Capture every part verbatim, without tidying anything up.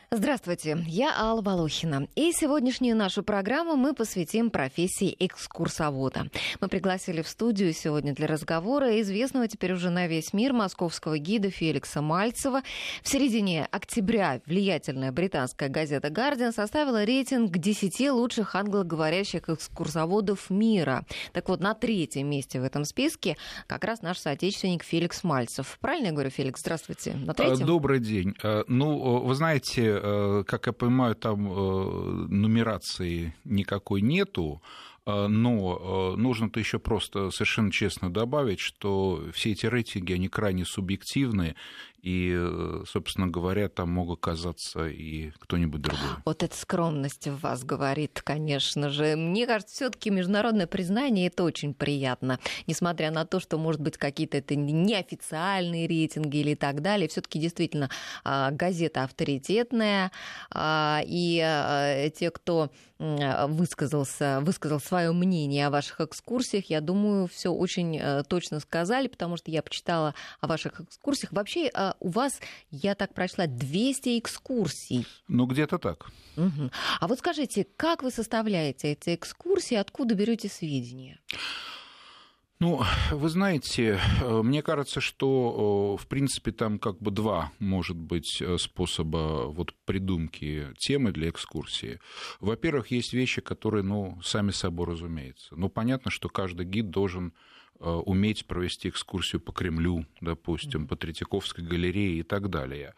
Здравствуйте, я Алла Волохина. И сегодняшнюю нашу программу мы посвятим профессии экскурсовода. Мы пригласили в студию сегодня для разговора известного теперь уже на весь мир московского гида Феликса Мальцева. В середине октября влиятельная британская газета «Гардиан» составила рейтинг десяти лучших англоговорящих экскурсоводов мира. Так вот, на третьем месте в этом списке как раз наш соотечественник Феликс Мальцев. Правильно я говорю, Феликс? Здравствуйте. На третьем? Добрый день. Ну, вы знаете, как я понимаю, там нумерации никакой нету, но нужно-то еще просто совершенно честно добавить, что все эти рейтинги, они крайне субъективны, и, собственно говоря, там мог оказаться и кто-нибудь другой. Вот эта скромность в вас говорит, конечно же. Мне кажется, все-таки международное признание — это очень приятно. Несмотря на то, что, может быть, какие-то это неофициальные рейтинги или так далее, все-таки действительно газета авторитетная, и те, кто высказался, высказал свое мнение о ваших экскурсиях, я думаю, все очень точно сказали, потому что я почитала о ваших экскурсиях. Вообще, у вас, я так прочла, двести экскурсий. Ну, где-то так. Угу. А вот скажите, как вы составляете эти экскурсии, откуда берете сведения? Ну, вы знаете, мне кажется, что, в принципе, там как бы два, может быть, способа вот придумки темы для экскурсии. Во-первых, есть вещи, которые, ну, сами собой разумеются. Ну, понятно, что каждый гид должен уметь провести экскурсию по Кремлю, допустим, по Третьяковской галерее и так далее.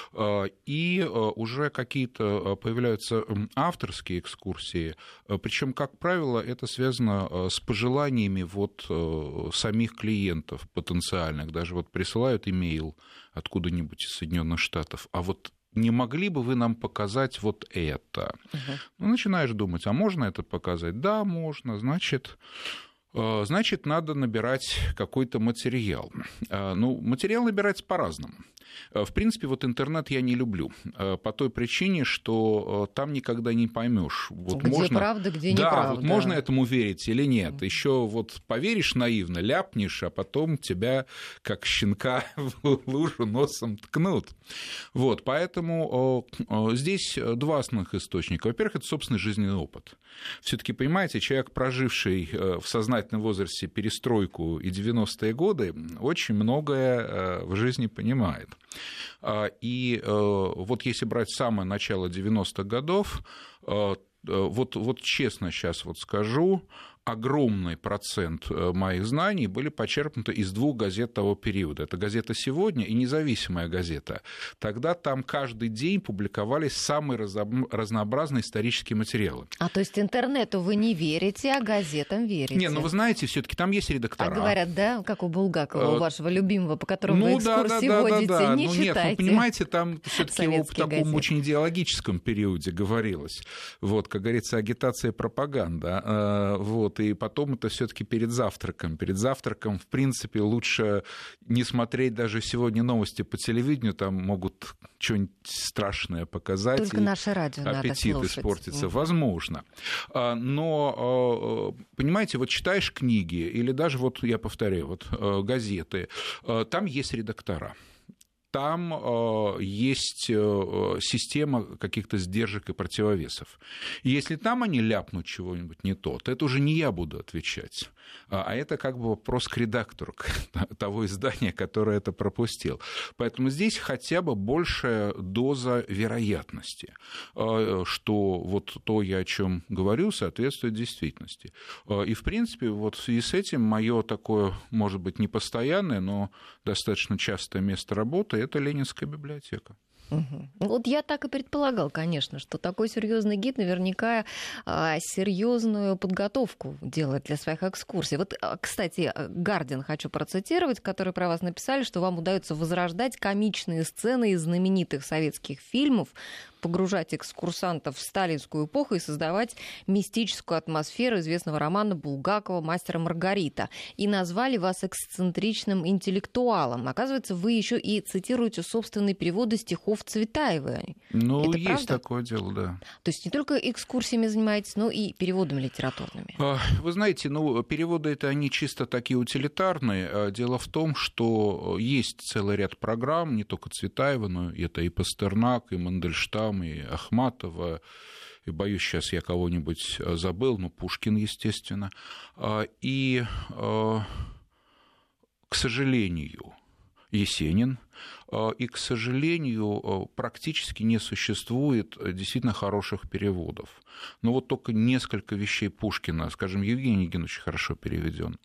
И уже какие-то появляются авторские экскурсии, причем, как правило, это связано с пожеланиями вот самих клиентов потенциальных. Даже вот присылают имейл откуда-нибудь из Соединенных Штатов, а вот не могли бы вы нам показать вот это? Uh-huh. Ну, начинаешь думать, а можно это показать? Да, можно, значит... Значит, надо набирать какой-то материал. Ну, материал набирается по-разному. В принципе, вот интернет я не люблю по той причине, что там никогда не поймешь. Вот где можно... правда, где да, неправда. Вот можно этому верить или нет. Еще вот поверишь наивно, ляпнешь, а потом тебя, как щенка, в лужу носом ткнут. Вот, поэтому здесь два основных источника. Во-первых, это собственный жизненный опыт. Все-таки, понимаете, человек, проживший в сознательном возрасте перестройку и девяностые годы, очень многое в жизни понимает. И вот если брать самое начало девяностых годов, вот, вот честно сейчас вот скажу, огромный процент моих знаний были почерпнуты из двух газет того периода. Это газета «Сегодня» и «Независимая газета». Тогда там каждый день публиковались самые разнообразные исторические материалы. А то есть интернету вы не верите, а газетам верите? Не, ну вы знаете, все-таки там есть редактора. А говорят, да, как у Булгакова, у вашего любимого, по которому ну, вы экскурсии да, да, водите, да, да. не ну, читайте. Нет, ну, понимаете, там все-таки в таком газеты. очень идеологическом периоде говорилось. Вот, как говорится, агитация и пропаганда. Вот. И потом это все-таки перед завтраком. Перед завтраком, в принципе, лучше не смотреть даже сегодня новости по телевидению, там могут что-нибудь страшное показать. Только наше радио надо аппетит слушать. испортится. Возможно. Но, понимаете, вот читаешь книги, или даже, вот я повторяю, вот газеты, там есть редактора. Там э, есть э, система каких-то сдержек и противовесов. И если там они ляпнут чего-нибудь не то, то это уже не я буду отвечать, а это как бы вопрос к редактору того издания, которое это пропустил. Поэтому здесь хотя бы большая доза вероятности, э, что вот то, я о чем говорю, соответствует действительности. Э, и, в принципе, вот в связи с этим мое такое, может быть, не постоянное, но достаточно частое место работы — это Ленинская библиотека. Угу. Вот я так и предполагал, конечно, что такой серьезный гид наверняка а, серьезную подготовку делает для своих экскурсий. Вот, кстати, «Гардиан» хочу процитировать, которые про вас написали, что вам удается возрождать комичные сцены из знаменитых советских фильмов, погружать экскурсантов в сталинскую эпоху и создавать мистическую атмосферу известного романа Булгакова «Мастер и Маргарита». И назвали вас эксцентричным интеллектуалом. Оказывается, вы еще и цитируете собственные переводы стихов Цветаева. Цветаевой. Ну, Это есть правда? такое дело, да. То есть не только экскурсиями занимаетесь, но и переводами литературными. Вы знаете, ну, переводы это они чисто такие утилитарные. Дело в том, что есть целый ряд программ, не только Цветаева, но это и Пастернак, и Мандельштам, и Ахматова, и, боюсь, сейчас я кого-нибудь забыл, ну, Пушкин, естественно. И, к сожалению, Есенин, и, к сожалению, практически не существует действительно хороших переводов. Но вот только несколько вещей Пушкина, скажем, Евгений Онегин очень хорошо переведен,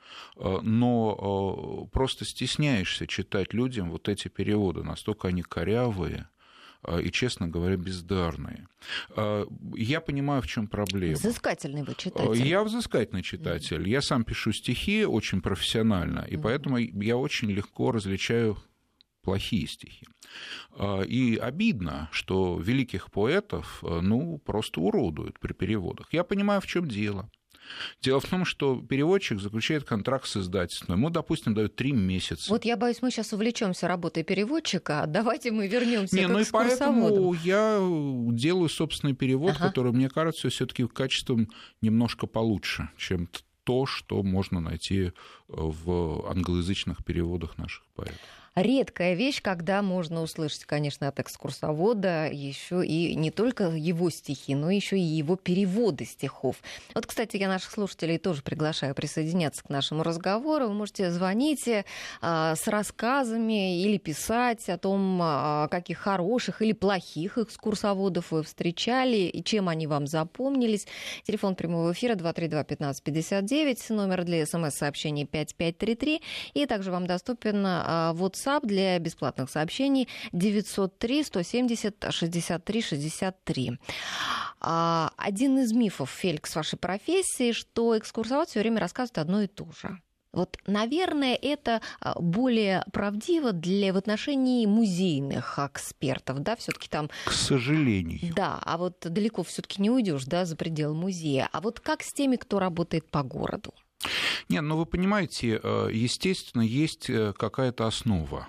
но просто стесняешься читать людям вот эти переводы, настолько они корявые и, честно говоря, бездарные. Я понимаю, в чем проблема. Взыскательный вы читатель. Я взыскательный читатель. Mm-hmm. Я сам пишу стихи очень профессионально, и mm-hmm. поэтому я очень легко различаю плохие стихи. И обидно, что великих поэтов, ну, просто уродуют при переводах. Я понимаю, в чем дело. Дело в том, что переводчик заключает контракт с издательством. Ему, допустим, дают три месяца. Вот я боюсь, мы сейчас увлечемся работой переводчика. Давайте мы вернемся Не, к ну и экскурсоводам. поэтому я делаю собственный перевод, ага. который, мне кажется, все-таки качеством немножко получше, чем то, что можно найти в англоязычных переводах наших поэтов. Редкая вещь, когда можно услышать, конечно, от экскурсовода еще и не только его стихи, но еще и его переводы стихов. Вот, кстати, я наших слушателей тоже приглашаю присоединяться к нашему разговору. Вы можете звонить а, с рассказами или писать о том, а, каких хороших или плохих экскурсоводов вы встречали и чем они вам запомнились. Телефон прямого эфира два три два пятнадцать пятьдесят девять, номер для смс-сообщений пять пять три три, и также вам доступен а, WhatsApp для бесплатных сообщений девятьсот три сто семьдесят шестьдесят три шестьдесят три. Один из мифов, Феликс, вашей профессии, что экскурсовод все время рассказывает одно и то же. Вот, наверное, это более правдиво для, в отношении музейных экспертов, да, все-таки там... К сожалению. Да, а вот далеко все-таки не уйдешь, да, за пределы музея. А вот как с теми, кто работает по городу? Нет, ну вы понимаете, естественно, есть какая-то основа.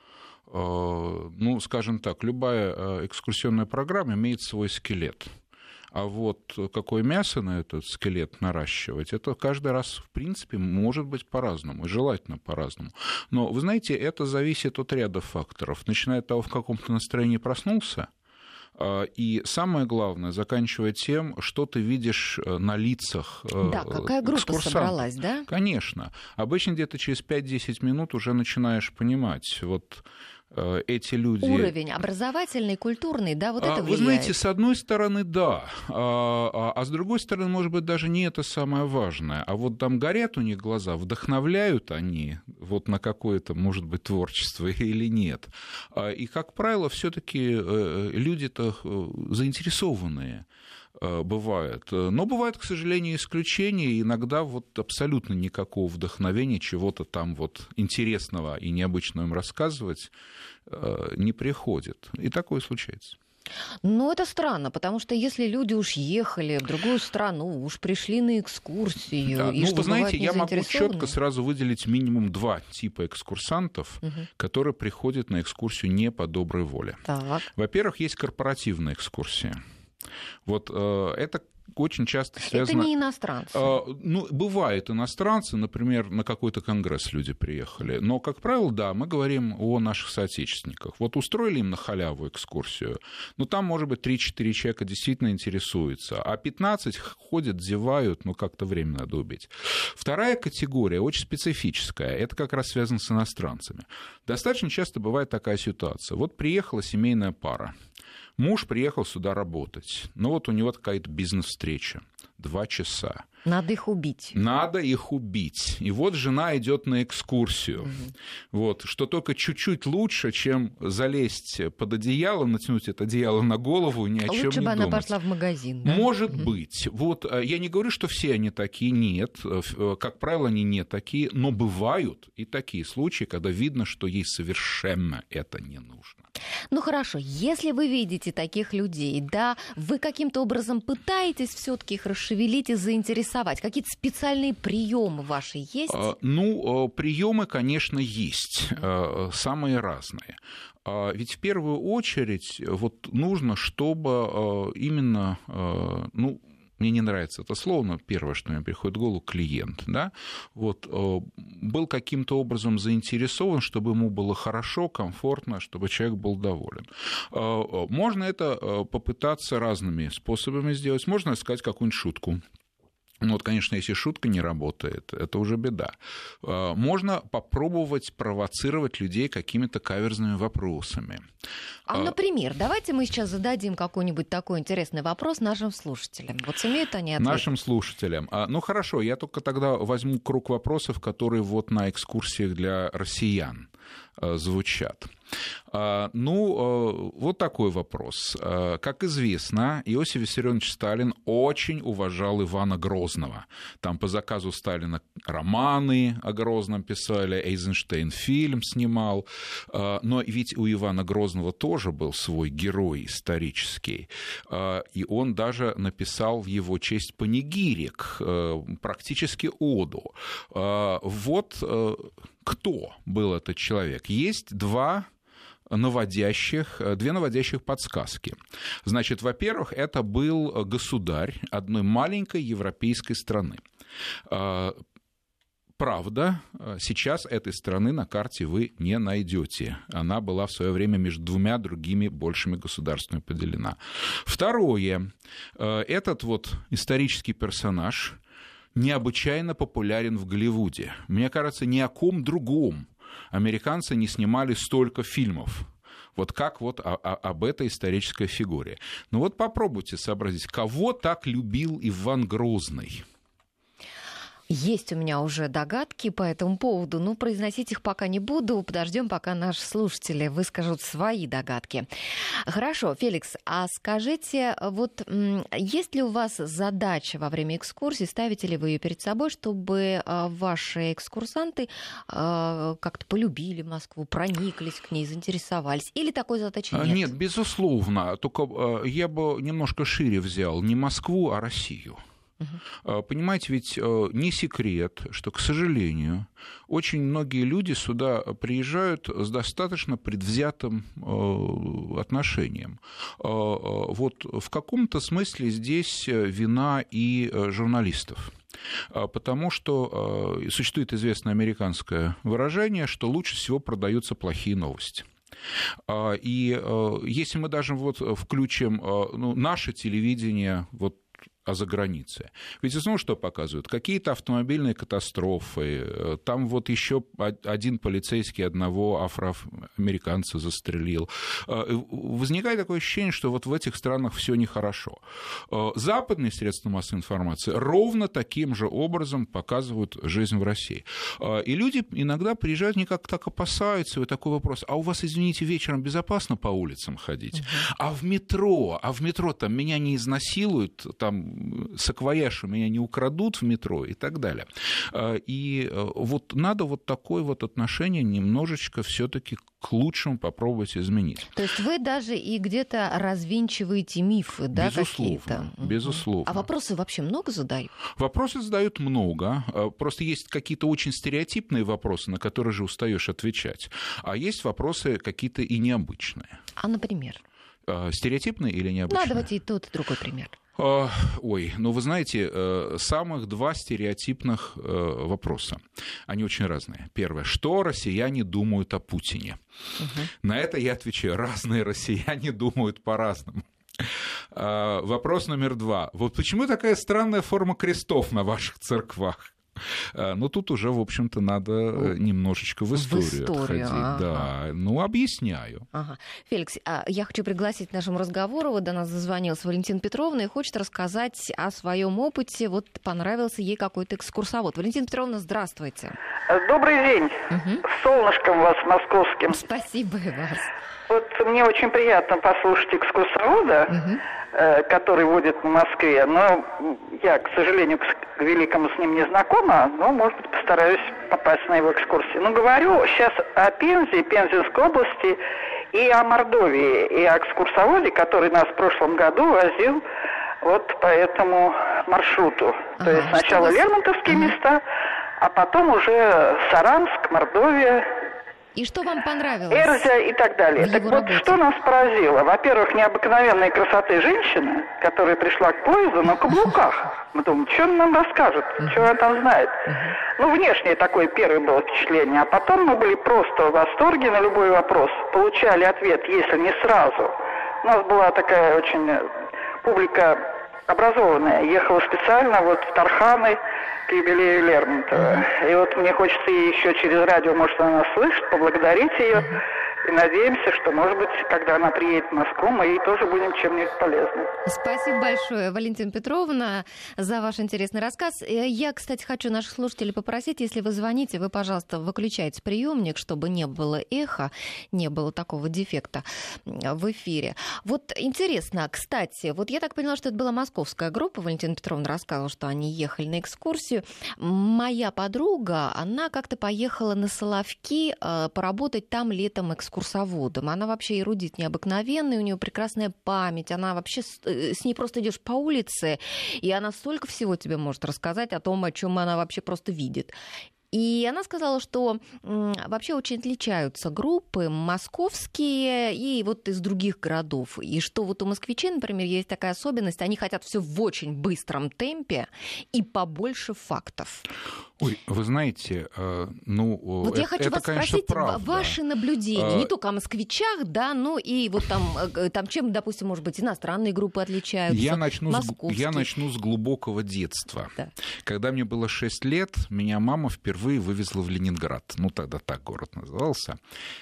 Ну, скажем так, любая экскурсионная программа имеет свой скелет. А вот какое мясо на этот скелет наращивать, это каждый раз, в принципе, может быть по-разному, и желательно по-разному. Но, вы знаете, это зависит от ряда факторов. Начиная от того, в каком ты настроении проснулся, и самое главное, заканчивая тем, что ты видишь на лицах экскурсантов. Да, какая группа собралась, да? Конечно. Обычно где-то через пять-десять минут уже начинаешь понимать, вот эти люди... Уровень образовательный, культурный, да, вот это влияет. Вы знаете, с одной стороны, да, а, а с другой стороны, может быть, даже не это самое важное. А вот там горят у них глаза, вдохновляют они вот на какое-то, может быть, творчество или нет. И, как правило, все-таки люди-то заинтересованные бывает. Но бывают, к сожалению, исключения. Иногда вот абсолютно никакого вдохновения, чего-то там вот интересного и необычного им рассказывать не приходит. И такое случается. Ну, это странно, потому что если люди уж ехали в другую страну, уж пришли на экскурсию... Да, и ну, что, вы знаете, я могу заинтересованы? четко сразу выделить минимум два типа экскурсантов, угу. которые приходят на экскурсию не по доброй воле. Так. Во-первых, есть корпоративная экскурсия. Вот э, это очень часто связано... Это не иностранцы. Э, ну, бывают иностранцы, например, на какой-то конгресс люди приехали. Но, как правило, да, мы говорим о наших соотечественниках. Вот устроили им на халяву экскурсию, но там, может быть, три-четыре человека действительно интересуются, а пятнадцать ходят, зевают, ну, как-то время надо убить. Вторая категория очень специфическая. Это как раз связано с иностранцами. Достаточно часто бывает такая ситуация. Вот приехала семейная пара. Муж приехал сюда работать, но вот у него какая-то бизнес-встреча, два часа. Надо их убить. Надо их убить. И вот жена идет на экскурсию. Угу. Вот, что только чуть-чуть лучше, чем залезть под одеяло, натянуть это одеяло на голову и ни о чем не думать. Лучше бы она пошла в магазин. Да? Может угу. быть. Вот, я не говорю, что все они такие, нет. Как правило, они не такие, но бывают и такие случаи, когда видно, что ей совершенно это не нужно. Ну хорошо, если вы видите таких людей, да, вы каким-то образом пытаетесь все-таки их расшевелить и заинтересовать, заинтересовать? Какие-то специальные приемы ваши есть? Ну, приемы, конечно, есть, самые разные. Ведь в первую очередь вот нужно, чтобы именно, ну, мне не нравится это слово, но первое, что мне приходит в голову, клиент, да, вот, был каким-то образом заинтересован, чтобы ему было хорошо, комфортно, чтобы человек был доволен. Можно это попытаться разными способами сделать. Можно сказать какую-нибудь шутку. Ну вот, конечно, если шутка не работает, это уже беда. Можно попробовать провоцировать людей какими-то каверзными вопросами. А, например, давайте мы сейчас зададим какой-нибудь такой интересный вопрос нашим слушателям. Вот сумеют они ответить? Нашим слушателям. Ну хорошо, я только тогда возьму круг вопросов, которые вот на экскурсиях для россиян звучат. Ну, вот такой вопрос. Как известно, Иосиф Виссарионович Сталин очень уважал Ивана Грозного. Там по заказу Сталина романы о Грозном писали, Эйзенштейн фильм снимал. Но ведь у Ивана Грозного тоже был свой герой исторический. И он даже написал в его честь панигирик, практически оду. Вот кто был этот человек? Есть два наводящих, две наводящих подсказки. Значит, во-первых, это был государь одной маленькой европейской страны. Правда, сейчас этой страны на карте вы не найдете. Она была в свое время между двумя другими большими государствами поделена. Второе. Этот вот исторический персонаж необычайно популярен в Голливуде. Мне кажется, ни о ком другом американцы не снимали столько фильмов. Вот как вот о, о, об этой исторической фигуре. Ну вот попробуйте сообразить, кого так любил Иван Грозный? Есть у меня уже догадки по этому поводу, но произносить их пока не буду. Подождем, пока наши слушатели выскажут свои догадки. Хорошо, Феликс, а скажите, вот есть ли у вас задача во время экскурсии, ставите ли вы ее перед собой, чтобы ваши экскурсанты как-то полюбили Москву, прониклись к ней, заинтересовались? Или такой задачи нет? Нет, безусловно. Только я бы немножко шире взял не Москву, а Россию. Uh-huh. Понимаете, ведь не секрет, что, к сожалению, очень многие люди сюда приезжают с достаточно предвзятым отношением. Вот в каком-то смысле здесь вина и журналистов. Потому что существует известное американское выражение, что лучше всего продаются плохие новости. И если мы даже вот включим ну, наше телевидение, вот, а за границей. Ведь ну, что показывают? Какие-то автомобильные катастрофы. Там вот еще один полицейский одного афроамериканца застрелил. Возникает такое ощущение, что вот в этих странах все нехорошо. Западные средства массовой информации ровно таким же образом показывают жизнь в России. И люди иногда приезжают, никак так опасаются. И такой вопрос: а у вас, извините, вечером безопасно по улицам ходить? Uh-huh. А в метро? А в метро там меня не изнасилуют? Там саквояж у меня не украдут в метро и так далее. И вот надо вот такое вот отношение немножечко все-таки к лучшему попробовать изменить. То есть вы даже и где-то развенчиваете мифы, да, безусловно, какие-то? Безусловно. А вопросы вообще много задают? Вопросы задают много. Просто есть какие-то очень стереотипные вопросы, на которые же устаешь отвечать. А есть вопросы какие-то и необычные. А, например? Стереотипные или необычные? Ну, давайте и тот, и другой пример. Ой, ну вы знаете, самых два стереотипных вопроса. Они очень разные. Первое. Что россияне думают о Путине? Угу. На это я отвечаю. Разные россияне думают по-разному. Вопрос номер два. Вот почему такая странная форма крестов на ваших церквах? Но тут уже, в общем-то, надо немножечко в историю, в историю отходить. Ага. Да, ну, объясняю. Ага. Феликс, я хочу пригласить к нашему разговору. Вот до нас дозвонилась Валентина Петровна и хочет рассказать о своем опыте. Вот понравился ей какой-то экскурсовод. Валентина Петровна, здравствуйте. Добрый день. Угу. С солнышком вас московским. Спасибо и вас. Вот мне очень приятно послушать экскурсовода, угу. э, который водит в Москве, но я, к сожалению, к, к великому с ним не знакома, но, может быть, постараюсь попасть на его экскурсии. Но говорю сейчас о Пензе, Пензенской области и о Мордовии, и о экскурсоводе, который нас в прошлом году возил вот по этому маршруту. Ага, То есть сначала вас... лермонтовские ага. места, а потом уже Саранск, Мордовия. И что вам понравилось? Эрзя и так далее. Так вот, работе? Что нас поразило? Во-первых, необыкновенной красоты женщины, которая пришла к поезду на каблуках. Мы думаем, что она нам расскажет, uh-huh. что она там знает. Uh-huh. Ну, внешнее такое первое было впечатление. А потом мы были просто в восторге на любой вопрос. Получали ответ, если не сразу. У нас была такая очень публика образованная. Ехала специально вот в Тарханы к юбилею Лермонтова. И вот мне хочется ей еще через радио, может, она нас слышит, поблагодарить ее. И надеемся, что, может быть, когда она приедет в Москву, мы ей тоже будем чем-нибудь полезны. Спасибо большое, Валентина Петровна, за ваш интересный рассказ. Я, кстати, хочу наших слушателей попросить, если вы звоните, вы, пожалуйста, выключайте приемник, чтобы не было эха, не было такого дефекта в эфире. Вот интересно, кстати, вот я так поняла, что это была московская группа. Валентина Петровна рассказывала, что они ехали на экскурсию. Моя подруга, она как-то поехала на Соловки поработать там летом экскурсию. Экскурсоводом. Она вообще эрудит необыкновенный, у нее прекрасная память, она вообще, с ней просто идешь по улице, и она столько всего тебе может рассказать о том, о чем она вообще просто видит. И она сказала, что м, вообще очень отличаются группы московские и вот из других городов. И что вот у москвичей, например, есть такая особенность, они хотят все в очень быстром темпе и побольше фактов. Ой, вы знаете, э, ну, вот это, я хочу это, вас конечно, спросить правда. Ваши наблюдения, а... не только о москвичах, да, ну и вот там, там чем, допустим, может быть, иностранные группы отличаются, я начну московские. С, я начну с глубокого детства. Да. Когда мне было шесть лет, меня мама впервые вывезла в Ленинград. Ну, тогда так город назывался.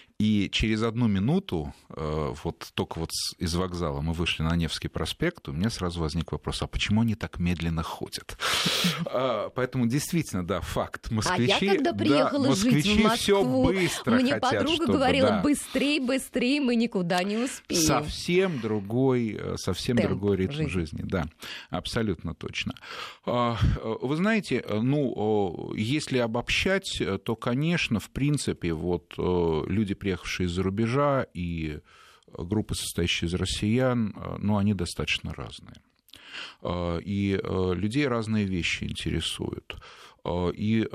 И через одну минуту, вот только вот из вокзала мы вышли на Невский проспект, у меня сразу возник вопрос, а почему они так медленно ходят? Поэтому действительно, да, факт. Москвичи, а я когда приехала да, жить в Москву, все быстро мне хотят, подруга чтобы, говорила, да, быстрее, быстрее, мы никуда не успеем. Совсем другой, совсем Темп другой ритм жизни. жизни, да, абсолютно точно. Вы знаете, ну, если обобщать, то, конечно, в принципе, вот люди, приехавшие из-за рубежа, и группы, состоящие из россиян, ну, они достаточно разные. И людей разные вещи интересуют. И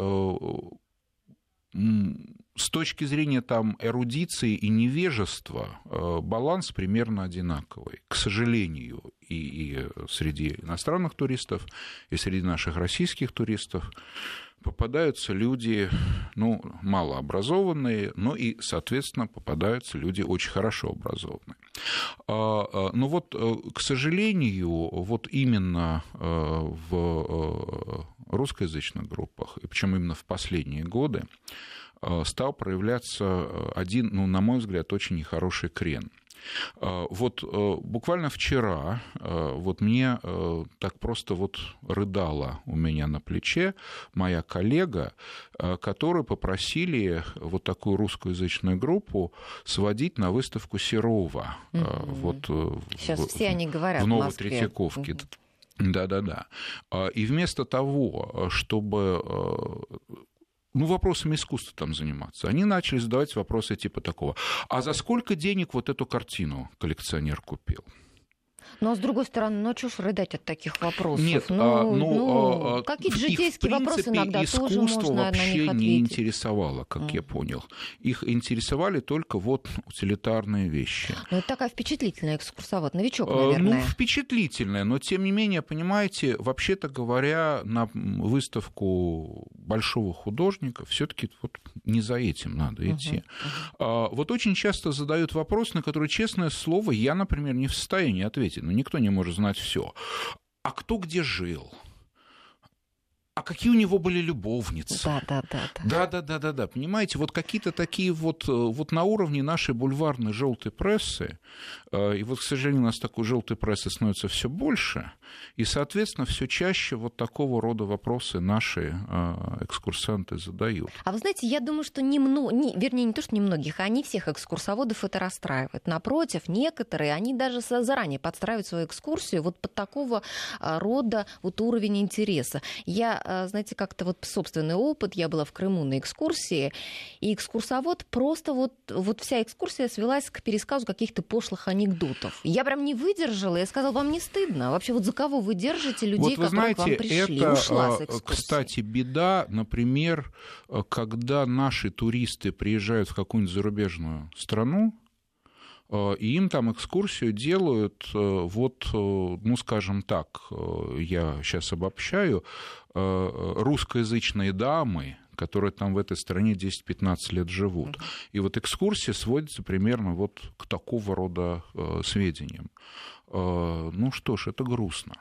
с точки зрения там эрудиции и невежества баланс примерно одинаковый. К сожалению, и, и среди иностранных туристов, и среди наших российских туристов попадаются люди, ну, малообразованные, но и, соответственно, попадаются люди очень хорошо образованные. Но вот, к сожалению, вот именно в русскоязычных группах, и причем именно в последние годы, стал проявляться один, ну, на мой взгляд, очень нехороший крен. Вот буквально вчера вот мне так просто вот рыдала у меня на плече моя коллега, которую попросили вот такую русскоязычную группу сводить на выставку Серова. Mm-hmm. Вот сейчас в, все они говорят в Новой в Москве. Третьяковке. Mm-hmm. Да-да-да. И вместо того, чтобы... ну, вопросами искусства там заниматься. Они начали задавать вопросы типа такого. А за сколько денег вот эту картину коллекционер купил? Но, с другой стороны, ну, чё ж рыдать от таких вопросов? Нет, ну, а, ну, ну, а, какие-то их, житейские в принципе, вопросы иногда тоже можно на них вообще ответить. не интересовало, как mm. я понял. Их интересовали только вот утилитарные вещи. Ну, это такая впечатлительная экскурсовод, новичок, наверное. Ну, впечатлительная, но, тем не менее, понимаете, вообще-то говоря, на выставку большого художника все-таки вот не за этим надо идти. Uh-huh, uh-huh. Вот очень часто задают вопрос, на который, честное слово, я, например, не в состоянии ответить. Но никто не может знать все. А кто где жил? А какие у него были любовницы? Да, да, да, да. Да, да, да, да, да. Понимаете, вот какие-то такие вот, вот на уровне нашей бульварной желтой прессы, и вот, к сожалению, у нас такой желтой прессы становится все больше, и, соответственно, все чаще вот такого рода вопросы наши экскурсанты задают. А вы знаете, я думаю, что немного, не, вернее, не то, что немногих, а не всех экскурсоводов это расстраивает. Напротив, некоторые, они даже заранее подстраивают свою экскурсию вот под такого рода вот уровень интереса. Я я, знаете, как-то вот собственный опыт, я была в Крыму на экскурсии, и экскурсовод просто вот, вот вся экскурсия свелась к пересказу каких-то пошлых анекдотов. Я прям не выдержала, я сказала, вам не стыдно? Вообще вот за кого вы держите людей, вот вы которые знаете, к вам пришли? Это, Ушла с экскурсии. Кстати, беда, например, когда наши туристы приезжают в какую-нибудь зарубежную страну, и им там экскурсию делают, вот, ну, скажем так, я сейчас обобщаю, русскоязычные дамы, которые там в этой стране десять-пятнадцать лет живут. И вот экскурсия сводится примерно вот к такого рода сведениям. Ну что ж, это грустно.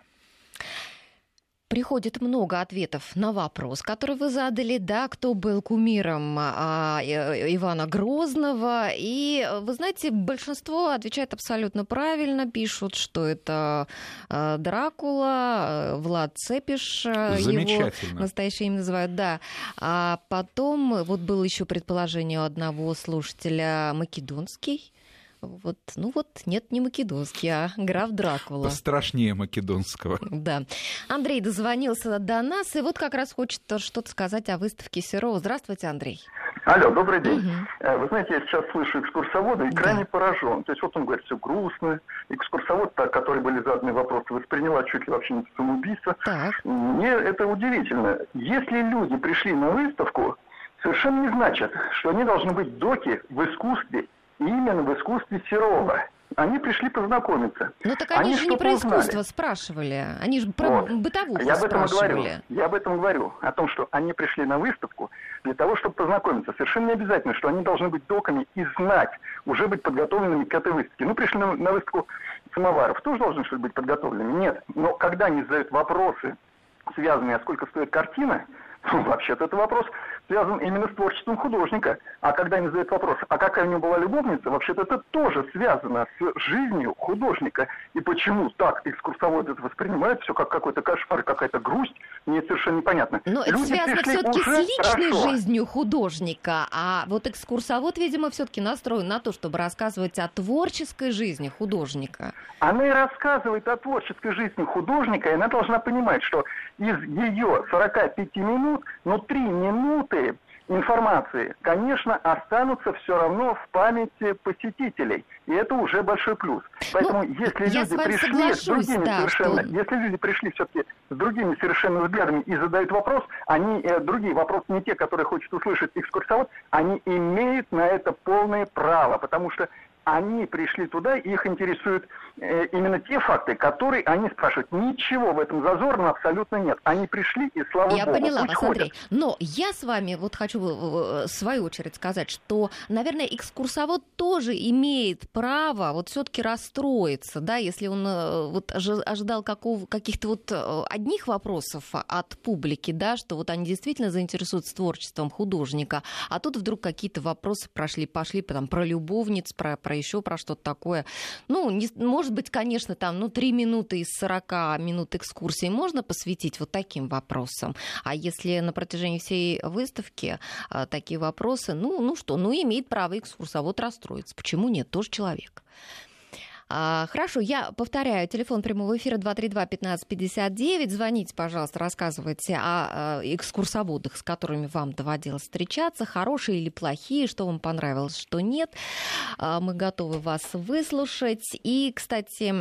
Приходит много ответов на вопрос, который вы задали, да, кто был кумиром а, Ивана Грозного. И, вы знаете, большинство отвечает абсолютно правильно, пишут, что это а, Дракула, Влад Цепиш, его настоящее имя называют, да. А потом, вот было еще предположение у одного слушателя, Македонский. Вот, ну вот, нет, не македонский, а граф Дракула. Пострашнее македонского. Да. Андрей дозвонился до нас, и вот как раз хочет что-то сказать о выставке Серова. Здравствуйте, Андрей. Алло, добрый день. Угу. Вы знаете, я сейчас слышу экскурсовода и крайне да. поражен. То есть вот он говорит, все грустно. Экскурсовод, который были заданы вопросы, восприняла чуть ли вообще не самоубийство. Так. Мне это удивительно. Если люди пришли на выставку, совершенно не значит, что они должны быть доки в искусстве, именно в искусстве Серова. Они пришли познакомиться. Ну так они, они же не про искусство узнали. Спрашивали, они же про вот. бытовуху я об этом спрашивали. Говорю. Я об этом говорю, о том, что они пришли на выставку для того, чтобы познакомиться. Совершенно не обязательно, что они должны быть доками и знать, уже быть подготовленными к этой выставке. Ну, пришли на, на выставку самоваров, тоже должны что-то быть подготовленными? Нет. Но когда они задают вопросы, связанные, а сколько стоит картина, ну, вообще-то это вопрос связан именно с творчеством художника. А когда они задают вопрос, а какая у него была любовница, вообще-то это тоже связано с жизнью художника. И почему так экскурсовод это воспринимает, все как какой-то кошмар, какая-то грусть, мне совершенно непонятно. Но это связано все-таки с личной хорошо. жизнью художника, а вот экскурсовод, видимо, все-таки настроен на то, чтобы рассказывать о творческой жизни художника. Она и рассказывает о творческой жизни художника, и она должна понимать, что из ее сорока пяти минут, ну, три минуты информации, конечно, останутся все равно в памяти посетителей. И это уже большой плюс. Поэтому ну, если люди пришли с другими да, совершенно, что... если люди пришли все-таки с другими совершенно взглядами и задают вопрос, они э, другие вопросы не те, которые хочет услышать экскурсовод, они имеют на это полное право, потому что они пришли туда, и их интересуют э, именно те факты, которые они спрашивают. Ничего в этом зазорного абсолютно нет. Они пришли, и слава я богу, поняла вас, ходят. Андрей. Но я с вами вот хочу в свою очередь сказать, что, наверное, экскурсовод тоже имеет право вот все-таки расстроиться, да, если он вот ожидал какого, каких-то вот одних вопросов от публики, да, что вот они действительно заинтересуются творчеством художника, а тут вдруг какие-то вопросы прошли, пошли там, про любовниц, про про еще про что-то такое. Ну, не, может быть, конечно, там, ну, три минуты из сорока минут экскурсии можно посвятить вот таким вопросам. А если на протяжении всей выставки а, такие вопросы, ну, ну что, ну, имеет право экскурсовод расстроиться. Почему нет? Тоже человек. Хорошо, я повторяю, телефон прямого эфира два три два пятнадцать пятьдесят девять. Звоните, пожалуйста, рассказывайте о экскурсоводах, с которыми вам доводилось встречаться, хорошие или плохие, что вам понравилось, что нет. Мы готовы вас выслушать. И, кстати,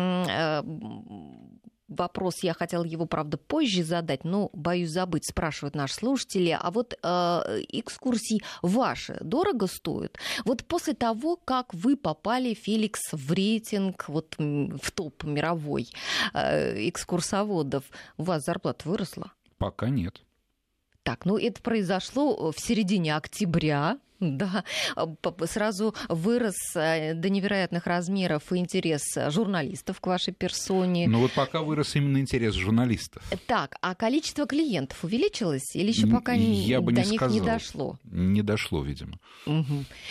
вопрос, я хотела его, правда, позже задать, но боюсь забыть, спрашивают наши слушатели. А вот э, экскурсии ваши дорого стоят? Вот после того, как вы попали, Феликс, в рейтинг, вот в топ мировой э, экскурсоводов, у вас зарплата выросла? Пока нет. Так, ну это произошло в середине октября. Да, сразу вырос до невероятных размеров интерес журналистов к вашей персоне. Ну вот пока вырос именно интерес журналистов. Так, а количество клиентов увеличилось или еще пока Я бы до не них сказал. не дошло? Не дошло, видимо. Угу.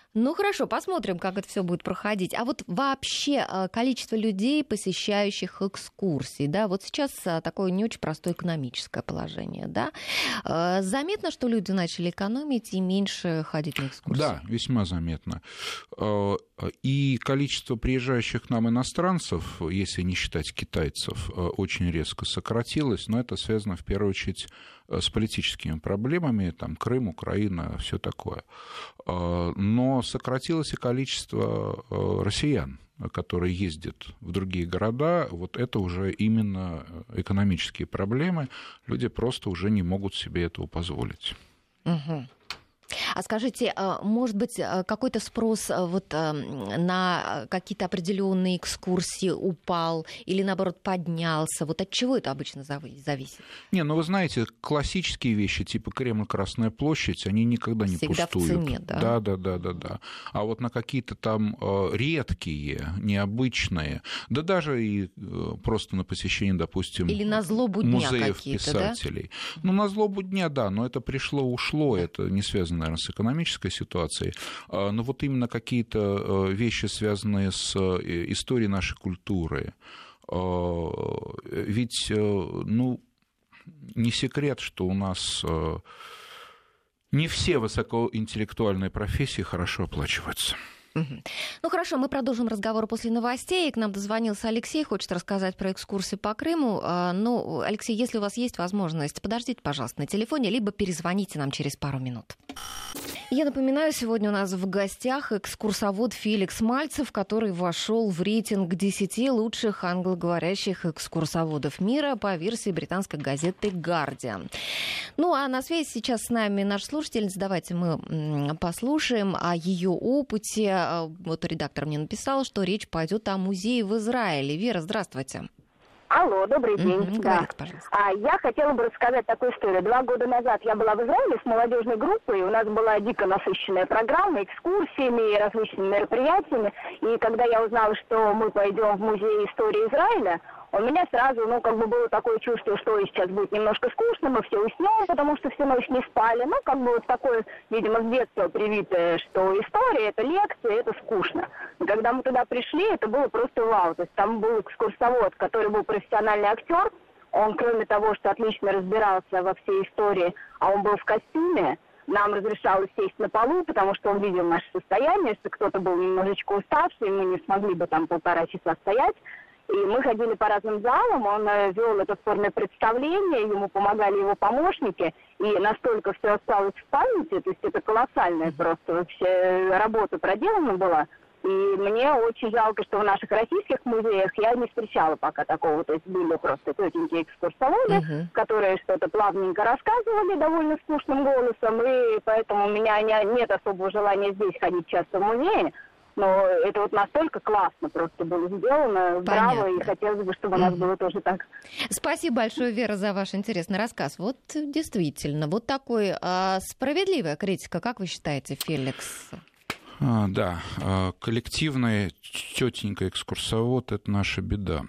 Ну хорошо, посмотрим, как это все будет проходить. А вот вообще количество людей, посещающих экскурсии, да, вот сейчас такое не очень простое экономическое положение, да. Заметно, что люди начали экономить и меньше ходить на экскурсии? Да, весьма заметно. И количество приезжающих к нам иностранцев, если не считать китайцев, очень резко сократилось, но это связано в первую очередь с политическими проблемами, там Крым, Украина, все такое. Но сократилось и количество россиян, которые ездят в другие города. Вот это уже именно экономические проблемы. Люди просто уже не могут себе этого позволить. Угу. А скажите, может быть, какой-то спрос вот на какие-то определенные экскурсии упал или, наоборот, поднялся? Вот от чего это обычно зависит? Не, ну вы знаете, классические вещи, типа Кремль, Красная площадь, они никогда не Всегда пустуют. В цене, да? Да, да, да, да, да. А вот на какие-то там редкие, необычные, да даже и просто на посещение, допустим, или на злобу дня музеев писателей. Да? Ну, на злобу дня, да, но это пришло-ушло, это не связано, наверное, с экономической ситуацией, но вот именно какие-то вещи, связанные с историей нашей культуры. Ведь, ну, не секрет, что у нас не все высокоинтеллектуальные профессии хорошо оплачиваются. Угу. Ну хорошо, мы продолжим разговор после новостей. К нам дозвонился Алексей, хочет рассказать про экскурсии по Крыму. Ну, Алексей, если у вас есть возможность, подождите, пожалуйста, на телефоне, либо перезвоните нам через пару минут. Я напоминаю, сегодня у нас в гостях экскурсовод Феликс Мальцев, который вошел в рейтинг десяти лучших англоговорящих экскурсоводов мира по версии британской газеты «Гардиан». Ну, а на связи сейчас с нами наш слушательница. Давайте мы послушаем о ее опыте. Вот редактор мне написал, что речь пойдет о музее в Израиле. Вера, здравствуйте. Алло, добрый день. Mm-hmm, да. Говорите, а, я хотела бы рассказать такую историю. Два года назад я была в Израиле с молодежной группой, у нас была дико насыщенная программа, экскурсиями и различными мероприятиями. И когда я узнала, что мы пойдем в музей истории Израиля, у меня сразу, ну, как бы было такое чувство, что сейчас будет немножко скучно, мы все уснем, потому что всю ночь не спали. Ну, как бы вот такое, видимо, с детства привитое, что история, это лекция, это скучно. И когда мы туда пришли, это было просто вау. То есть там был экскурсовод, который был профессиональный актер. Он, кроме того, что отлично разбирался во всей истории, а он был в костюме, нам разрешалось сесть на полу, потому что он видел наше состояние, что кто-то был немножечко уставший, мы не смогли бы там полтора часа стоять. И мы ходили по разным залам, он вел это в форме представления, ему помогали его помощники, и настолько все осталось в памяти, то есть это колоссальная просто вообще работа проделана была. И мне очень жалко, что в наших российских музеях я не встречала пока такого. То есть были просто тетеньки экскурсоводы, uh-huh. которые что-то плавненько рассказывали довольно скучным голосом, и поэтому у меня не, нет особого желания здесь ходить часто в музее. Но это вот настолько классно просто было сделано, браво, и хотелось бы, чтобы у нас было тоже так. Спасибо большое, Вера, за ваш интересный рассказ. Вот действительно, вот такой а, справедливая критика, как вы считаете, Феликс? А, да, коллективная тетенька экскурсовод — это наша беда.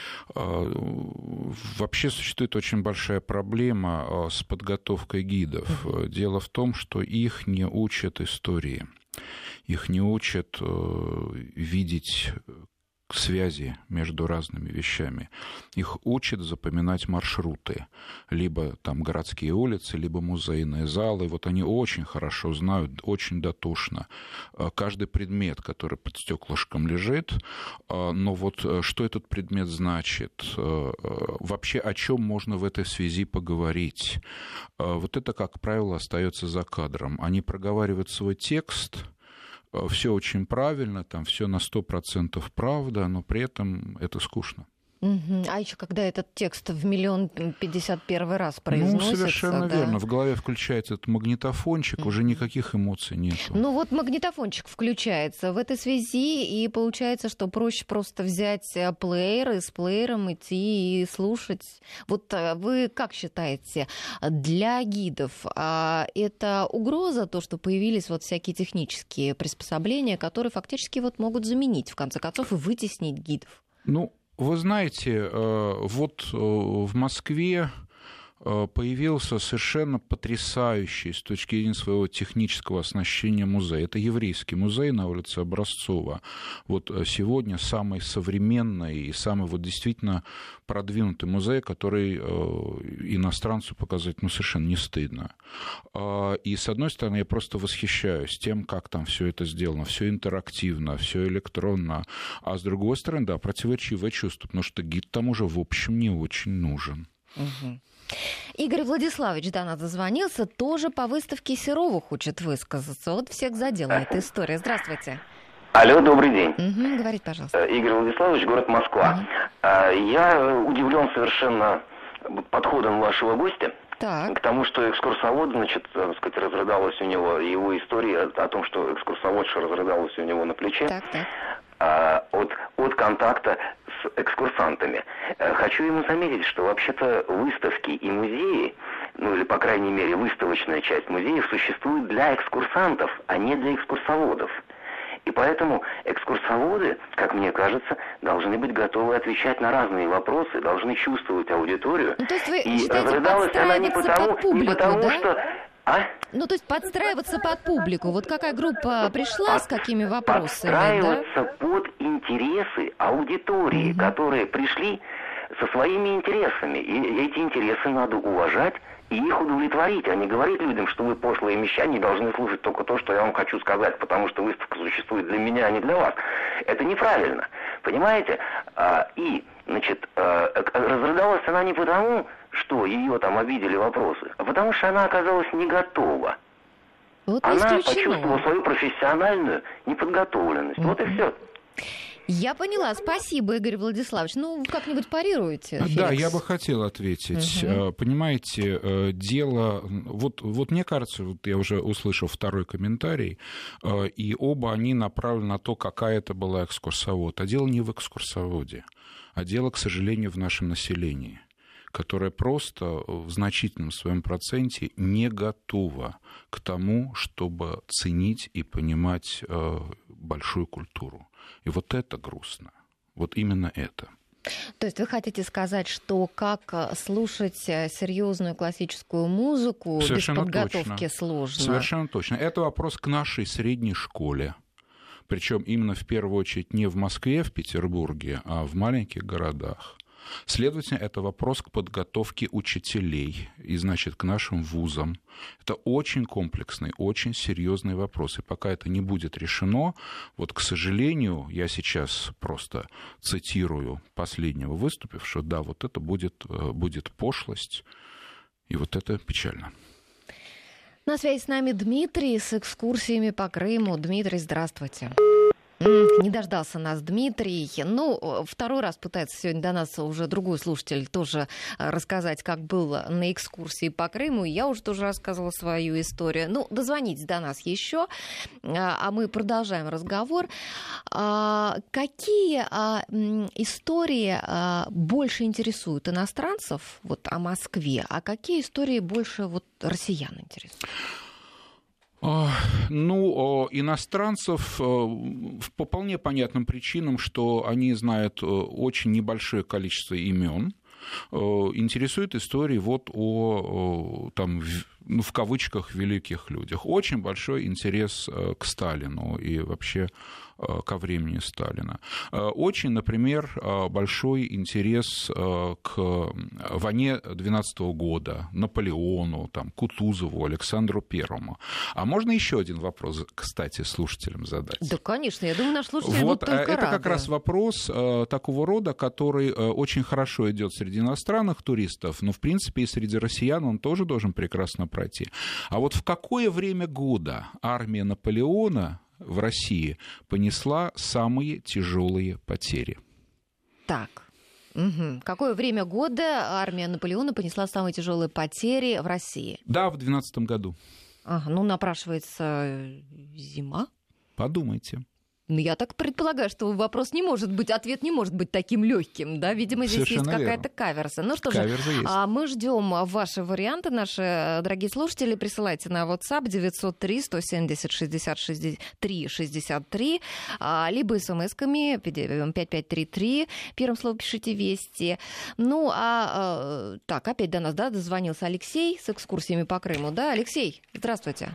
Вообще существует очень большая проблема с подготовкой гидов. Дело в том, что их не учат истории. Их не учат видеть связи между разными вещами. Их учат запоминать маршруты. Либо там городские улицы, либо музейные залы. Вот они очень хорошо знают, очень дотошно каждый предмет, который под стеклышком лежит. Но вот что этот предмет значит? Вообще о чем можно в этой связи поговорить? Вот это, как правило, остается за кадром. Они проговаривают свой текст. Все очень правильно, там все на сто процентов правда, но при этом это скучно. Угу. А еще когда этот текст в миллион пятьдесят первый раз произносится. Ну, совершенно да. верно. В голове включается этот магнитофончик, угу. уже никаких эмоций нет. Ну вот магнитофончик включается в этой связи, и получается, что проще просто взять плеер и с плеером идти и слушать. Вот вы как считаете, для гидов это угроза, то, что появились вот всякие технические приспособления, которые фактически вот могут заменить, в конце концов, и вытеснить гидов? Ну, вы знаете, вот в Москве появился совершенно потрясающий с точки зрения своего технического оснащения музей. Это еврейский музей на улице Образцова. Вот сегодня самый современный и самый вот действительно продвинутый музей, который иностранцу показать ну, совершенно не стыдно. И, с одной стороны, я просто восхищаюсь тем, как там все это сделано. Все интерактивно, все электронно. А с другой стороны, да, противоречивое чувство, потому что гид там уже, в общем, не очень нужен. Угу. Игорь Владиславович до нас дозвонился, тоже по выставке Серова хочет высказаться. Вот всех задела эта история. Здравствуйте. Алло, добрый день. Угу, говорите, пожалуйста. Игорь Владиславович, город Москва. Угу. Я удивлен совершенно подходом вашего гостя. Так. К тому, что экскурсовод, значит, так сказать, разрыдалась у него, его история о том, что экскурсоводша разрыдалась у него на плече. Так, так. От, от контакта с экскурсантами. Хочу ему заметить, что вообще-то выставки и музеи, ну или, по крайней мере, выставочная часть музеев существует для экскурсантов, а не для экскурсоводов. И поэтому экскурсоводы, как мне кажется, должны быть готовы отвечать на разные вопросы, должны чувствовать аудиторию. Ну, то есть вы и считаете, разрыдалась она не потому, под публику, не потому да? что... А? Ну, то есть подстраиваться под публику. Вот какая группа пришла, под, с какими вопросами, подстраиваться да? под интересы аудитории, угу. которые пришли со своими интересами. И эти интересы надо уважать и их удовлетворить, а не говорить людям, что вы, пошлые мещане, должны слушать только то, что я вам хочу сказать, потому что выставка существует для меня, а не для вас. Это неправильно, понимаете? И, значит, разрыдалась она не потому, что ее там обидели вопросы, а потому что она оказалась не готова. Вот она почувствовала свою профессиональную неподготовленность. Mm-hmm. Вот и все. Я поняла. Спасибо, Игорь Владиславович. Ну, как-нибудь парируете, Феликс? Да, я бы хотел ответить. Угу. Понимаете, дело... Вот, вот мне кажется, вот я уже услышал второй комментарий, и оба они направлены на то, какая это была экскурсовод. А дело не в экскурсоводе, а дело, к сожалению, в нашем населении, которое просто в значительном своем проценте не готово к тому, чтобы ценить и понимать большую культуру. И вот это грустно. Вот именно это. То есть вы хотите сказать, что как слушать серьезную классическую музыку совершенно без подготовки точно. Сложно? Совершенно точно. Это вопрос к нашей средней школе. Причем именно в первую очередь не в Москве, в Петербурге, а в маленьких городах. Следовательно, это вопрос к подготовке учителей и, значит, к нашим вузам. Это очень комплексный, очень серьезный вопрос. И пока это не будет решено, вот, к сожалению, я сейчас просто цитирую последнего выступившего, да, вот это будет, будет пошлость, и вот это печально. На связи с нами Дмитрий с экскурсиями по Крыму. Дмитрий, здравствуйте. Не дождался нас Дмитрий. Ну, второй раз пытается сегодня до нас уже другой слушатель тоже рассказать, как был на экскурсии по Крыму. Я уже тоже рассказывала свою историю. Ну, дозвонитесь до нас еще, а мы продолжаем разговор. Какие истории больше интересуют иностранцев вот, о Москве, а какие истории больше вот, россиян интересуют? Ну, иностранцев по вполне понятным причинам, что они знают очень небольшое количество имен, интересует истории вот о, там, ну, в кавычках, великих людях. Очень большой интерес к Сталину и вообще ко времени Сталина. Очень, например, большой интерес к войне двенадцатого года, Наполеону, там, Кутузову, Александру Первому. А можно еще один вопрос, кстати, слушателям задать? Да, конечно. Я думаю, наши слушатели вот, будут только это рады. Как раз вопрос такого рода, который очень хорошо идет среди иностранных туристов, но, в принципе, и среди россиян он тоже должен прекрасно пройти. А вот в какое время года армия Наполеона в России понесла самые тяжелые потери? Так. Угу. Какое время года армия Наполеона понесла самые тяжелые потери в России? Да, в двенадцатом году. Ага, ну, напрашивается зима. Подумайте. Ну, я так предполагаю, что вопрос не может быть, ответ не может быть таким легким, да? Видимо, здесь Совершенно есть какая-то каверза. Ну что Каверза же, а мы ждем ваши варианты, наши дорогие слушатели. Присылайте на WhatsApp девятьсот три сто семьдесят шестьдесят три шестьдесят три, либо смс-ками пять пять три три. Первым словом пишите «Вести». Ну, а так, опять до нас, да, дозвонился Алексей с экскурсиями по Крыму. Да, Алексей, здравствуйте.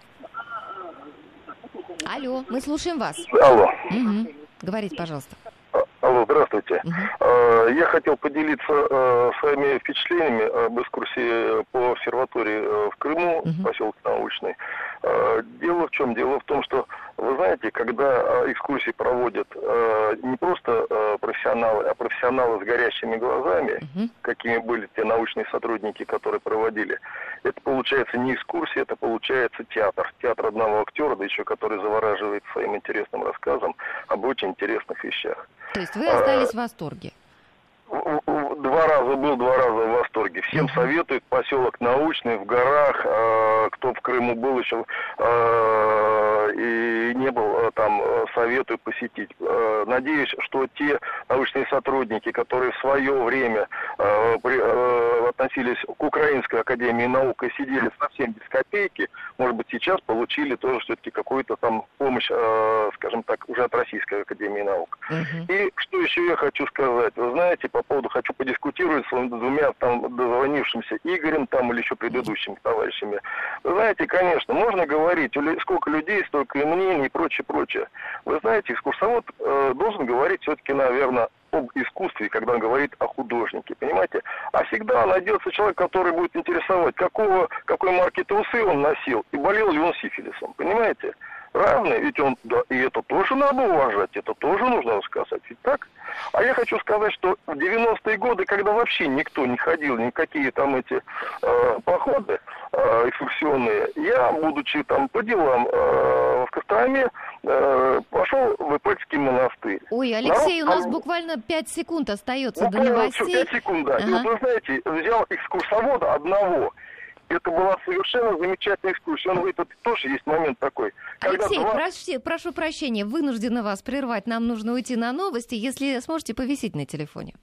Алло, мы слушаем вас. Алло. Угу. Говорите, пожалуйста. Алло, здравствуйте. Угу. Я хотел поделиться своими впечатлениями об экскурсии по обсерватории в Крыму, угу. поселок Научный. Дело в чем? Дело в том, что, вы знаете, когда экскурсии проводят не просто профессионалы, а профессионалы с горящими глазами, угу. какими были те научные сотрудники, которые проводили, это получается не экскурсия, это получается театр. Театр одного актера, да еще который завораживает своим интересным рассказом об очень интересных вещах. То есть вы остались а, в восторге? Два раза был, два раза в восторге. Всем uh-huh. советую. Поселок Научный, в горах. Э, кто в Крыму был еще э, и не был э, там, советую посетить. Э, надеюсь, что те научные сотрудники, которые в свое время э, при, э, относились к Украинской академии наук и сидели совсем без копейки, может быть, сейчас получили тоже все-таки какую-то там помощь, э, скажем так, уже от Российской академии наук. Uh-huh. И что еще я хочу сказать? Вы знаете, по поводу хочу подискутировать с двумя там дозвонившимся Игорем там или еще предыдущими товарищами. Вы знаете, конечно, можно говорить, сколько людей, столько и мнений и прочее, прочее. Вы знаете, экскурсовод э, должен говорить все-таки, наверное, об искусстве, когда он говорит о художнике, понимаете? А всегда найдется человек, который будет интересовать, какого, какой марки трусы он носил и болел ли он сифилисом, понимаете? Равный, ведь он, да, и это тоже надо уважать, это тоже нужно рассказать, ведь так? А я хочу сказать, что в девяностые годы, когда вообще никто не ходил, никакие там эти э, походы э, экскурсионные, я, будучи там по делам э, в Костроме, э, пошел в Ипатьевский монастырь. Ой, Алексей, Народ, у нас там... буквально пять секунд остается до новостей. пять секунд, да. Ага. И вот вы знаете, взял экскурсовода одного. Это была совершенно замечательная экскурсия. Он говорит, это тоже есть момент такой. Алексей, два... прошу, прошу прощения, вынуждена вас прервать. Нам нужно уйти на новости. Если сможете, повисеть на телефоне.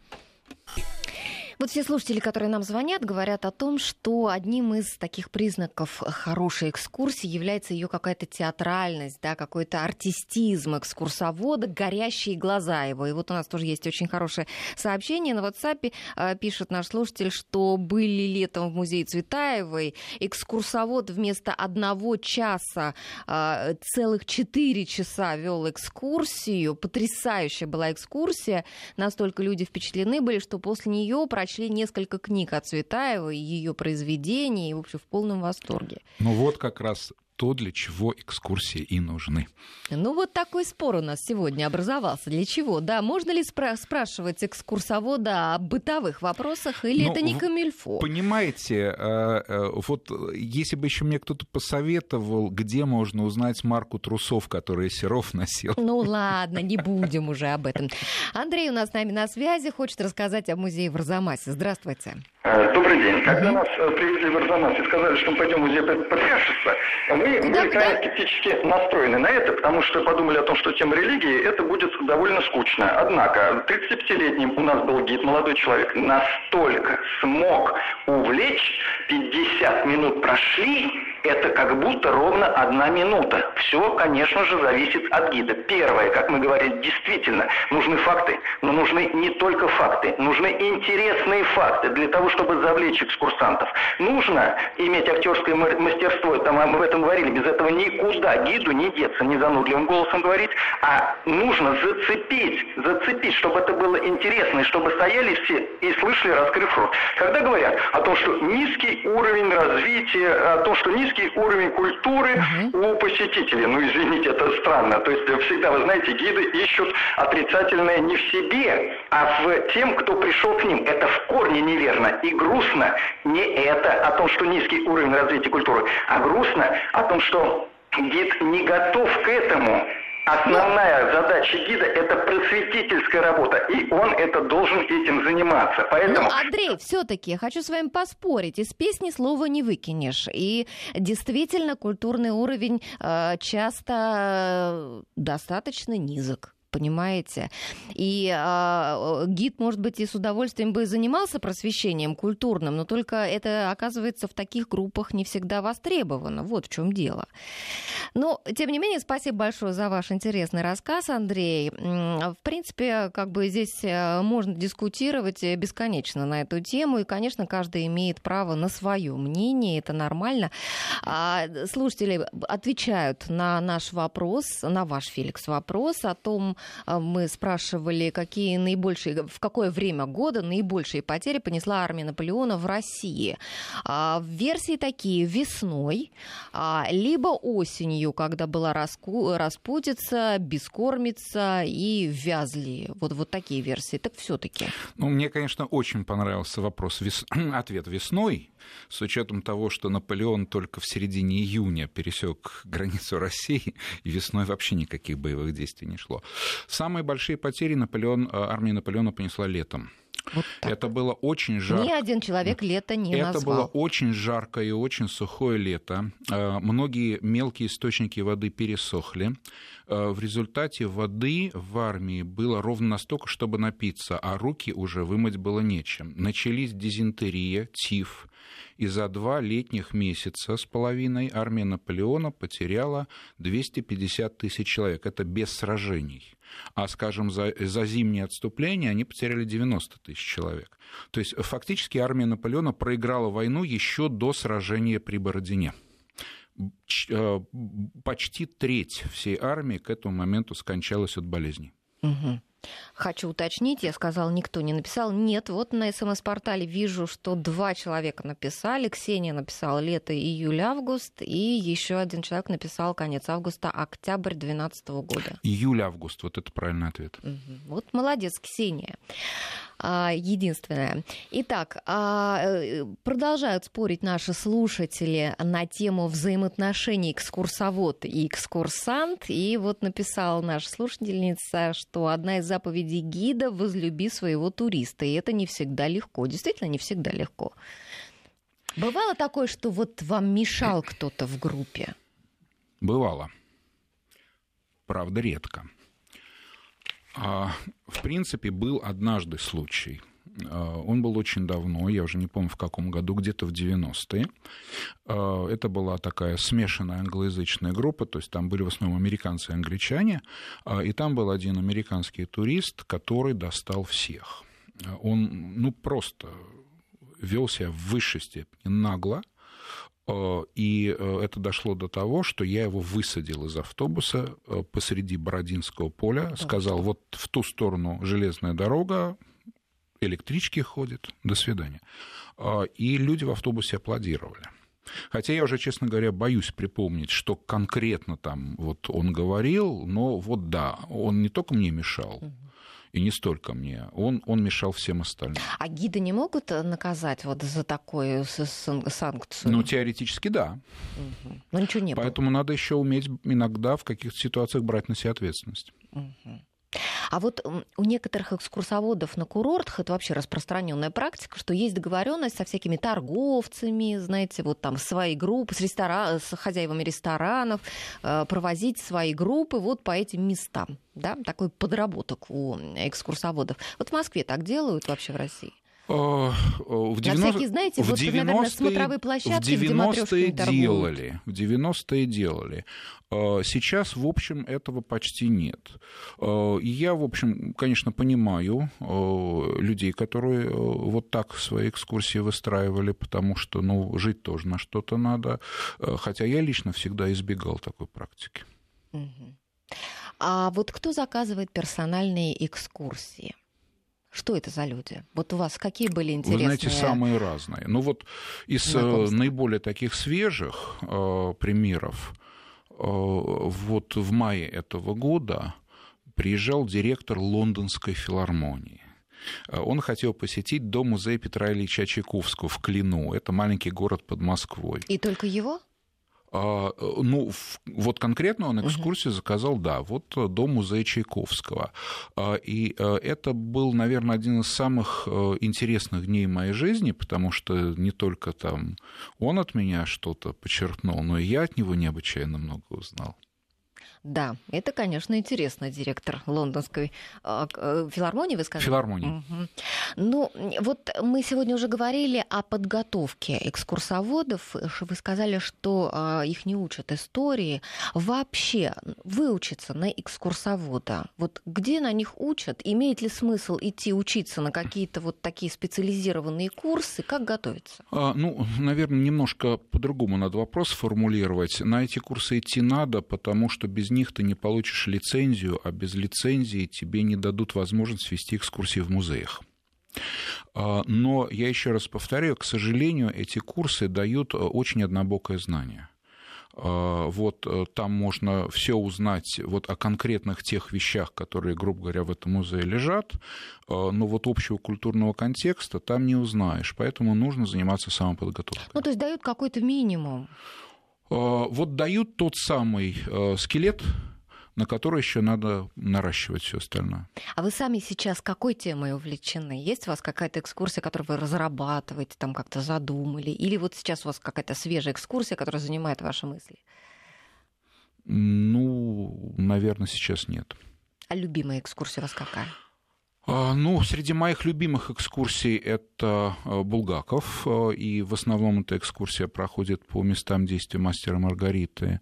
Вот все слушатели, которые нам звонят, говорят о том, что одним из таких признаков хорошей экскурсии является ее какая-то театральность, да, какой-то артистизм экскурсовода, горящие глаза его. И вот у нас тоже есть очень хорошее сообщение. На WhatsApp э, пишет наш слушатель, что были летом в музее Цветаевой. Экскурсовод вместо одного часа э, целых четыре часа вел экскурсию. Потрясающая была экскурсия. Настолько люди впечатлены были, что после нее прочли несколько книг от Цветаевой, ее произведений, и, в общем, в полном восторге. Ну вот как раз то, для чего экскурсии и нужны. Ну вот такой спор у нас сегодня образовался. Для чего? Да, можно ли спра- спрашивать экскурсовода о бытовых вопросах, или ну, это не камильфо? Понимаете, вот если бы еще мне кто-то посоветовал, где можно узнать марку трусов, которые Серов носил. Ну ладно, не будем уже об этом. Андрей у нас с нами на связи, хочет рассказать о музее в Арзамасе. Здравствуйте. Добрый день. Когда нас привезли в Арзамас и сказали, что мы пойдем в музей Патриаршества, мы были крайне скептически настроены на это, потому что подумали о том, что тема религии, это будет довольно скучно. Однако, тридцатипятилетний у нас был гид, молодой человек, настолько смог увлечь, пятьдесят минут прошли, это как будто ровно одна минута. Все, конечно же, зависит от гида. Первое, как мы говорим, действительно, нужны факты, но нужны не только факты, нужны интересные факты для того, чтобы завлечь экскурсантов. Нужно иметь актерское мастерство, там мы об этом говорили, без этого никуда гиду не деться, не занудливым голосом говорить, а нужно зацепить, зацепить, чтобы это было интересно, и чтобы стояли все и слышали, раскрыв рот. Когда говорят о том, что низкий уровень развития, о том, что низкий уровень культуры uh-huh. у посетителей, ну извините, это странно, то есть всегда, вы знаете, гиды ищут отрицательное не в себе, а в тем, кто пришел к ним. Это в корне неверно. И грустно не это о том, что низкий уровень развития культуры, а грустно о том, что гид не готов к этому. Основная задача гида – это просветительская работа, и он это должен этим заниматься. Поэтому... Ну, Андрей, все-таки хочу с вами поспорить. Из песни слова не выкинешь. И действительно культурный уровень э, часто достаточно низок. Понимаете? И э, гид, может быть, и с удовольствием бы занимался просвещением культурным, но только это, оказывается, в таких группах не всегда востребовано. Вот в чем дело. Но, тем не менее, спасибо большое за ваш интересный рассказ, Андрей. В принципе, как бы здесь можно дискутировать бесконечно на эту тему, и, конечно, каждый имеет право на свое мнение, это нормально. А слушатели отвечают на наш вопрос, на ваш, Феликс, вопрос о том, мы спрашивали, какие наибольшие, в какое время года наибольшие потери понесла армия Наполеона в России. Версии такие: весной, либо осенью, когда была раску... распутица, бескормица и вязли. Вот, вот такие версии. Так все-таки. Ну, мне, конечно, очень понравился вопрос, вес... ответ весной, с учетом того, что Наполеон только в середине июня пересек границу России, и весной вообще никаких боевых действий не шло. Самые большие потери Наполеон, армия Наполеона понесла летом. Вот это было очень жарко. Ни один человек лето не это назвал. Это было очень жаркое и очень сухое лето. Многие мелкие источники воды пересохли. В результате воды в армии было ровно настолько, чтобы напиться, а руки уже вымыть было нечем. Начались дизентерия, тиф. И за два летних месяца с половиной армия Наполеона потеряла двести пятьдесят тысяч человек. Это без сражений. А, скажем, за, за зимнее отступление они потеряли девяносто тысяч человек. То есть фактически армия Наполеона проиграла войну еще до сражения при Бородине. Почти треть всей армии к этому моменту скончалась от болезней. Угу. Хочу уточнить, я сказала, никто не написал. Нет, вот на СМС-портале вижу, что два человека написали. Ксения написала лето, июль, август, и еще один человек написал конец августа, октябрь две тысячи двенадцатого года. Июль-август, вот это правильный ответ. Угу. Вот молодец, Ксения. Единственное. Итак, продолжают спорить наши слушатели на тему взаимоотношений экскурсовод и экскурсант. И вот написала наша слушательница, что одна из заповедей гида — возлюби своего туриста. И это не всегда легко. Действительно, не всегда легко. Бывало такое, что вот вам мешал кто-то в группе? Бывало. Правда, редко. В принципе, был однажды случай. Он был очень давно, я уже не помню в каком году, где-то в девяностые. Это была такая смешанная англоязычная группа, то есть там были в основном американцы и англичане, и там был один американский турист, который достал всех. Он, ну, просто вел себя в высшей степени нагло, и это дошло до того, что я его высадил из автобуса посреди Бородинского поля, сказал, вот в ту сторону железная дорога, электрички ходят, до свидания. И люди в автобусе аплодировали. Хотя я уже, честно говоря, боюсь припомнить, что конкретно там вот он говорил, но вот да, он не только мне мешал, и не столько мне, он, он мешал всем остальным. А гиды не могут наказать вот за такую санкцию? Ну, теоретически, да. Угу. Но ничего не было. Поэтому надо еще уметь иногда в каких-то ситуациях брать на себя ответственность. Угу. А вот у некоторых экскурсоводов на курортах это вообще распространенная практика, что есть договоренность со всякими торговцами, знаете, вот там свои группы, с, ресторан... с хозяевами ресторанов, провозить свои группы вот по этим местам. Да? Такой подработок у экскурсоводов. Вот в Москве так делают вообще в России? В девяностые, на всякие, знаете, вот, наверное, смотровые площадки, где матрешками делали, в девяностые делали. Сейчас, в общем, этого почти нет. Я, в общем, конечно, понимаю людей, которые вот так свои экскурсии выстраивали, потому что, ну, жить тоже на что-то надо. Хотя я лично всегда избегал такой практики. А вот кто заказывает персональные экскурсии? Что это за люди? Вот у вас какие были интересные? Вы знаете, самые разные. Ну вот из наиболее таких свежих э, примеров, э, вот в мае этого года приезжал директор Лондонской филармонии. Он хотел посетить дом музея Петра Ильича Чайковского в Клину. Это маленький город под Москвой. И только его? Ну, вот конкретно он экскурсию заказал, да, вот дом-музей Чайковского. И это был, наверное, один из самых интересных дней моей жизни, потому что не только там он от меня что-то почерпнул, но и я от него необычайно много узнал. Да, это, конечно, интересно, директор лондонской э, филармонии, вы сказали? Филармонии. Угу. Ну, вот мы сегодня уже говорили о подготовке экскурсоводов. Вы сказали, что э, их не учат истории. Вообще, выучиться на экскурсовода, вот где на них учат? Имеет ли смысл идти учиться на какие-то вот такие специализированные курсы? Как готовиться? А, ну, наверное, немножко по-другому надо вопрос формулировать. На эти курсы идти надо, потому что без них ты не получишь лицензию, а без лицензии тебе не дадут возможность вести экскурсии в музеях. Но я еще раз повторяю, к сожалению, эти курсы дают очень однобокое знание. Вот там можно все узнать вот о конкретных тех вещах, которые, грубо говоря, в этом музее лежат, но вот общего культурного контекста там не узнаешь, поэтому нужно заниматься самоподготовкой. Ну, то есть дают какой-то минимум. Вот дают тот самый скелет, на который еще надо наращивать все остальное. А вы сами сейчас какой темой увлечены? Есть у вас какая-то экскурсия, которую вы разрабатываете, там как-то задумали? Или вот сейчас у вас какая-то свежая экскурсия, которая занимает ваши мысли? Ну, наверное, сейчас нет. А любимая экскурсия у вас какая? Ну, среди моих любимых экскурсий это Булгаков, и в основном эта экскурсия проходит по местам действия «Мастера и Маргариты».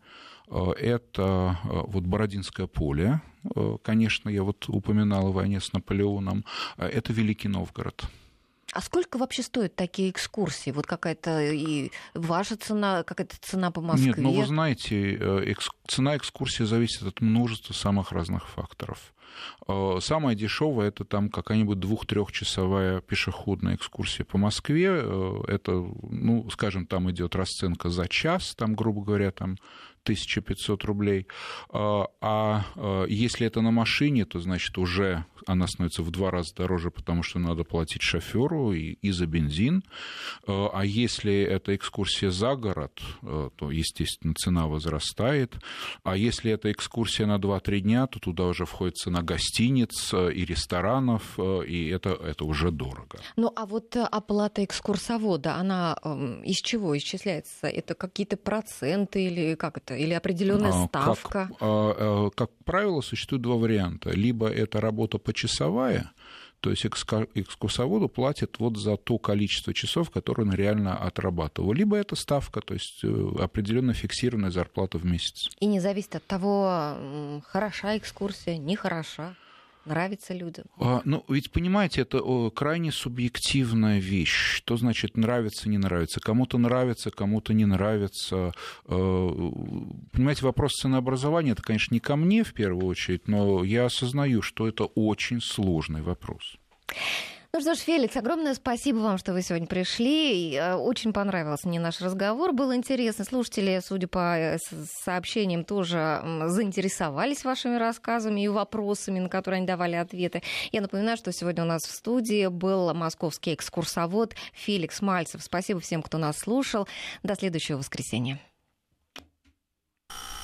Это вот Бородинское поле, конечно, я вот упоминал о войне с Наполеоном, это Великий Новгород. А сколько вообще стоят такие экскурсии? Вот какая-то и ваша цена, какая-то цена по Москве? Нет, ну вы знаете, экс... цена экскурсии зависит от множества самых разных факторов. Самое дешевое это там какая-нибудь двух-трехчасовая пешеходная экскурсия по Москве. Это, ну, скажем, там идет расценка за час, там, грубо говоря, там тысяча пятьсот рублей. А если это на машине, то, значит, уже она становится в два раза дороже, потому что надо платить шоферу и, и за бензин. А если это экскурсия за город, то, естественно, цена возрастает. А если это экскурсия на два-три дня, то туда уже входит цена гостиниц и ресторанов, и это, это уже дорого. Ну, а вот оплата экскурсовода, она из чего исчисляется? Это какие-то проценты или как это? Или определенная ставка? Как, как правило, существует два варианта. Либо это работа почасовая, то есть экскурсоводу платят вот за то количество часов, которые он реально отрабатывал. Либо это ставка, то есть определенно фиксированная зарплата в месяц. И не зависит от того, хороша экскурсия, нехороша. Нравится людям? А, ну, ведь, понимаете, это крайне субъективная вещь. Что значит нравится, не нравится? Кому-то нравится, кому-то не нравится. Понимаете, вопрос ценообразования, это, конечно, не ко мне в первую очередь, но я осознаю, что это очень сложный вопрос. Ну что ж, Феликс, огромное спасибо вам, что вы сегодня пришли. Очень понравился мне наш разговор, был интересно. Слушатели, судя по сообщениям, тоже заинтересовались вашими рассказами и вопросами, на которые они давали ответы. Я напоминаю, что сегодня у нас в студии был московский экскурсовод Феликс Мальцев. Спасибо всем, кто нас слушал. До следующего воскресенья.